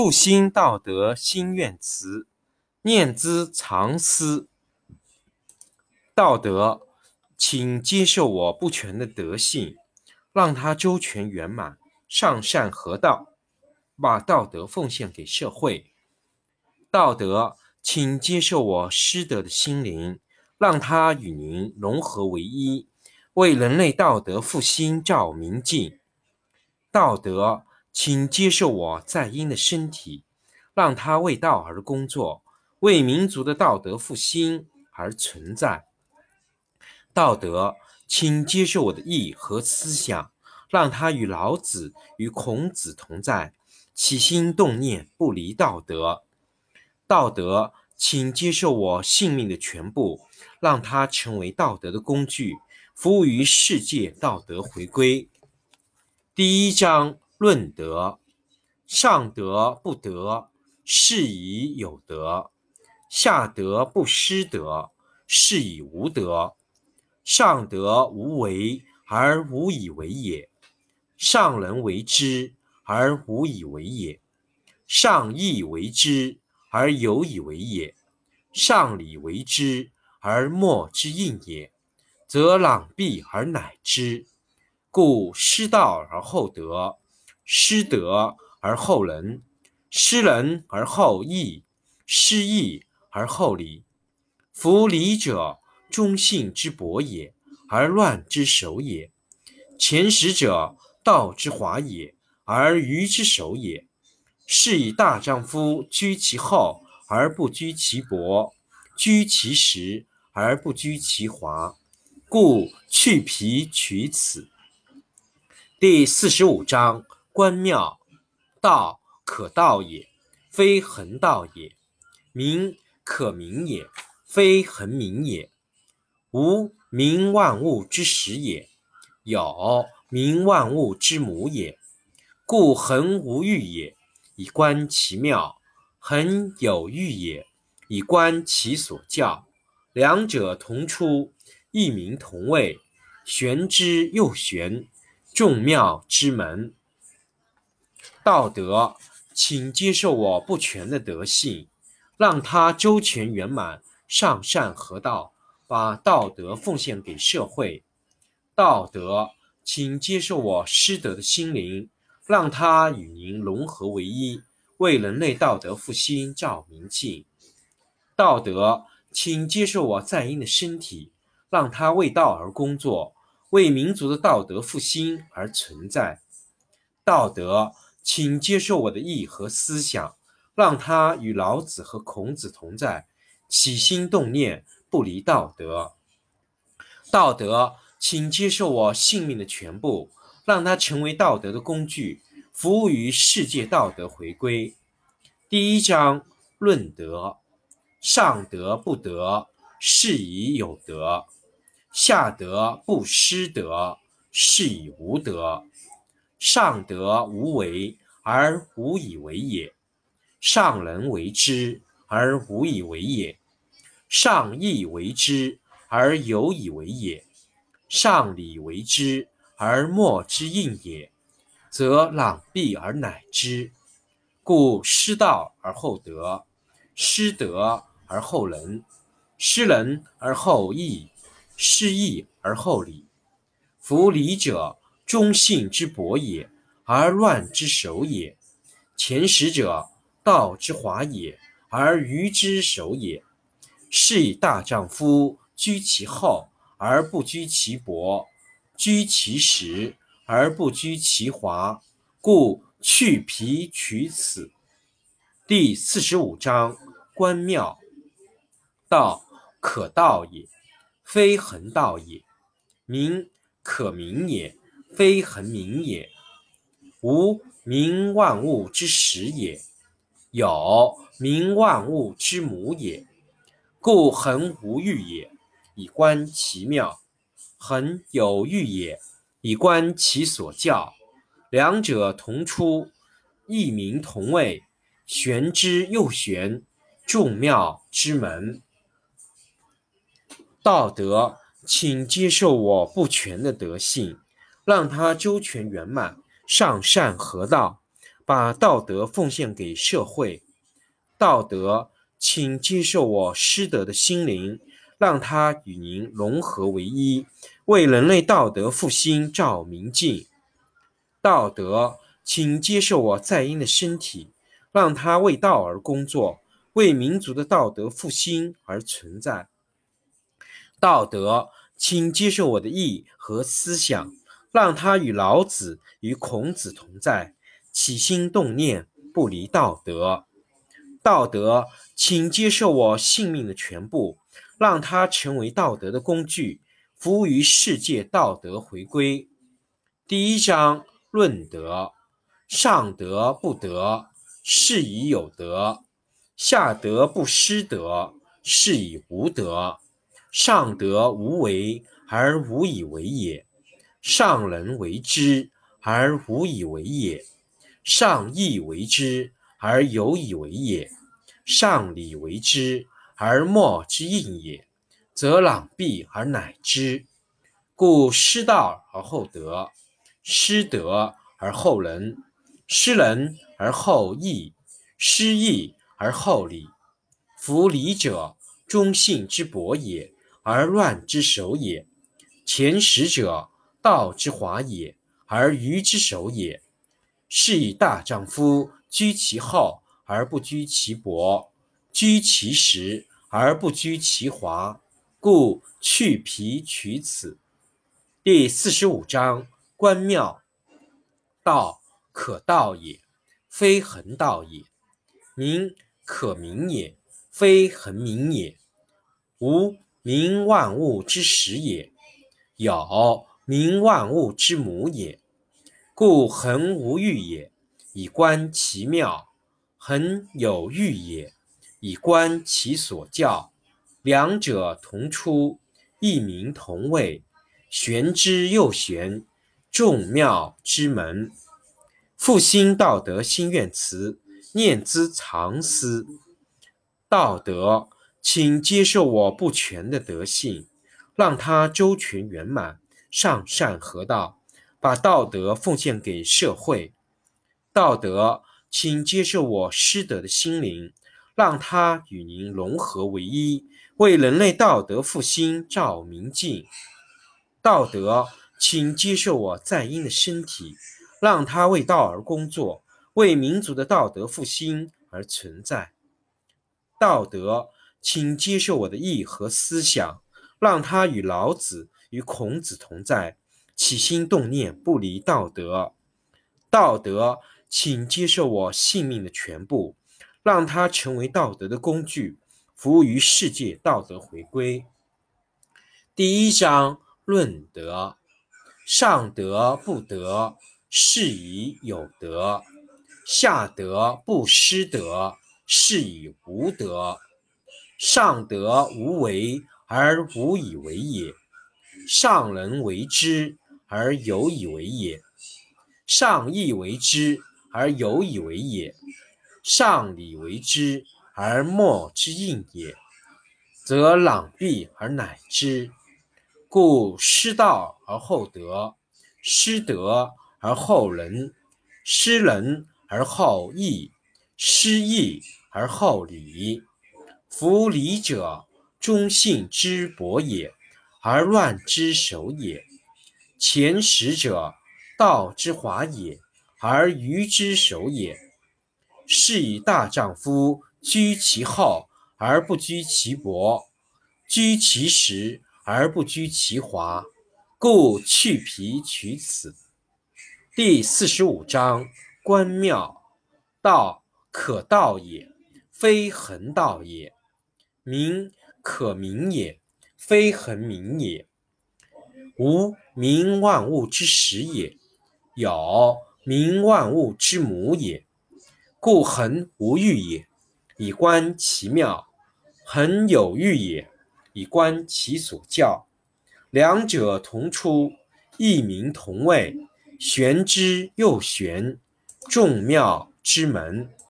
复兴道德心愿词，念兹常思。道德，请接受我不全的德性，让它周全圆满，上善合道，把道德奉献给社会。道德，请接受我失德的心灵，让它与您融合为一，为人类道德复兴照明镜。道德，请接受我在阴的身体，让它为道而工作，为民族的道德复兴而存在。道德，请接受我的意和思想，让它与老子与孔子同在，起心动念不离道德。道德，请接受我性命的全部，让它成为道德的工具，服务于世界道德回归。第一章论德，上德不德，是以有德；下德不失德，是以无德。上德无为而无以为也，上人为之而无以为也，上义为之而有以为也，上礼为之而莫之应也，则攘臂而乃之。故失道而后德，失德而后仁，失仁而后义，失义而后礼。夫礼者，忠信之薄也，而乱之首也。前识者，道之华也，而愚之首也。是以大丈夫居其厚而不居其薄，居其实而不居其华，故去皮取此。第45章关庙。道可道也，非恒道也；名可名也，非恒名也。无名万物之始也，有名万物之母也。故恒无欲也，以观其妙；恒有欲也，以观其所教。两者同出，异名同谓，玄之又玄，众妙之门。道德，请接受我不全的德性，让它周全圆满，上善合道，把道德奉献给社会。道德，请接受我失德的心灵，让它与您融合为一，为人类道德复兴照明镜。道德，请接受我在阴的身体，让它为道而工作，为民族的道德复兴而存在。道德，请接受我的意和思想，让它与老子和孔子同在，起心动念不离道德。道德，请接受我性命的全部，让它成为道德的工具，服务于世界道德回归。第一章论德，上德不德，是以有德；下德不失德，是以无德。上德无为而无以为也，上人为之而无以为也，上义为之而有以为也，上礼为之而莫之应也，则攘臂而乃之。故失道而后德，失德而后仁，失仁而后义，失义而后礼。夫礼者，忠信之薄也，而乱之首也。前识者，道之华也，而愚之首也。是以大丈夫居其厚而不居其薄，居其实而不居其华，故去皮取此。第45章关庙。道可道也，非恒道也；名可名也，非恒名也。无名万物之始也，有名万物之母也。故恒无欲也，以观其妙；恒有欲也，以观其所教。两者同出，异名同谓，玄之又玄，众妙之门。道德，请接受我不全的德性，让它周全圆满，上善合道， 把道德奉献给社会。道德，请接受我失德的心灵，让它与您融合为一，为人类道德复兴照明镜。道德，请接受我在阴的身体，让它为道而工作，为民族的道德复兴而存在。道德，请接受我的意和思想，让它与老子与孔子同在，起心动念不离道德。道德，请接受我性命的全部，让它成为道德的工具，服务于世界道德回归。第一章论德，上德不德，是以有德；下德不失德，是以无德。上德无为而无以为也，上人为之而无以为也，上义为之而有以为也，上礼为之而莫之应也，则攘臂而乃之。故失道而后德，失德而后仁，失仁而后义，失义而后礼。夫礼者，忠信之薄也，而乱之首也。前识者，道之华也，而愚之首也。是以大丈夫居其厚而不居其薄，居其实而不居其华，故去皮取此。第45章关庙。道可道也，非恒道也；名可名也，非恒名也。无名，万物之始也；有名，万物之母也。故恒无欲也，以观其妙；恒有欲也，以观其所教。两者同出，异名同谓，玄之又玄，众妙之门。复兴道德心愿词，念兹常思。道德，请接受我不全的德性，让它周全圆满，上善合道，把道德奉献给社会。道德，请接受我失德的心灵，让它与您融合为一，为人类道德复兴照明镜。道德，请接受我在阴的身体，让它为道而工作，为民族的道德复兴而存在。道德，请接受我的意和思想，让它与老子与孔子同在，起心动念不离道德。道德，请接受我性命的全部，让它成为道德的工具，服务于世界道德回归。第一章论德。上德不德，是以有德；下德不失德，是以无德。上德无为而无以为也，上人为之而有以为也，上义为之而有以为也，上礼为之而莫之应也，则攘臂而乃之。故失道而后德，失德而后仁，失仁而后义，失义而后礼。夫礼者，忠信之薄也，而乱之首也。前识者，道之华也，而愚之首也。是以大丈夫居其厚而不居其薄，居其实而不居其华，故去皮取此。第45章关庙。道可道也，非恒道也；名可名也，非恒名也。无名，万物之始也；有名，万物之母也。故恒无欲也，以观其妙；恒有欲也，以观其所教。两者同出，异名同谓，玄之又玄，众妙之门。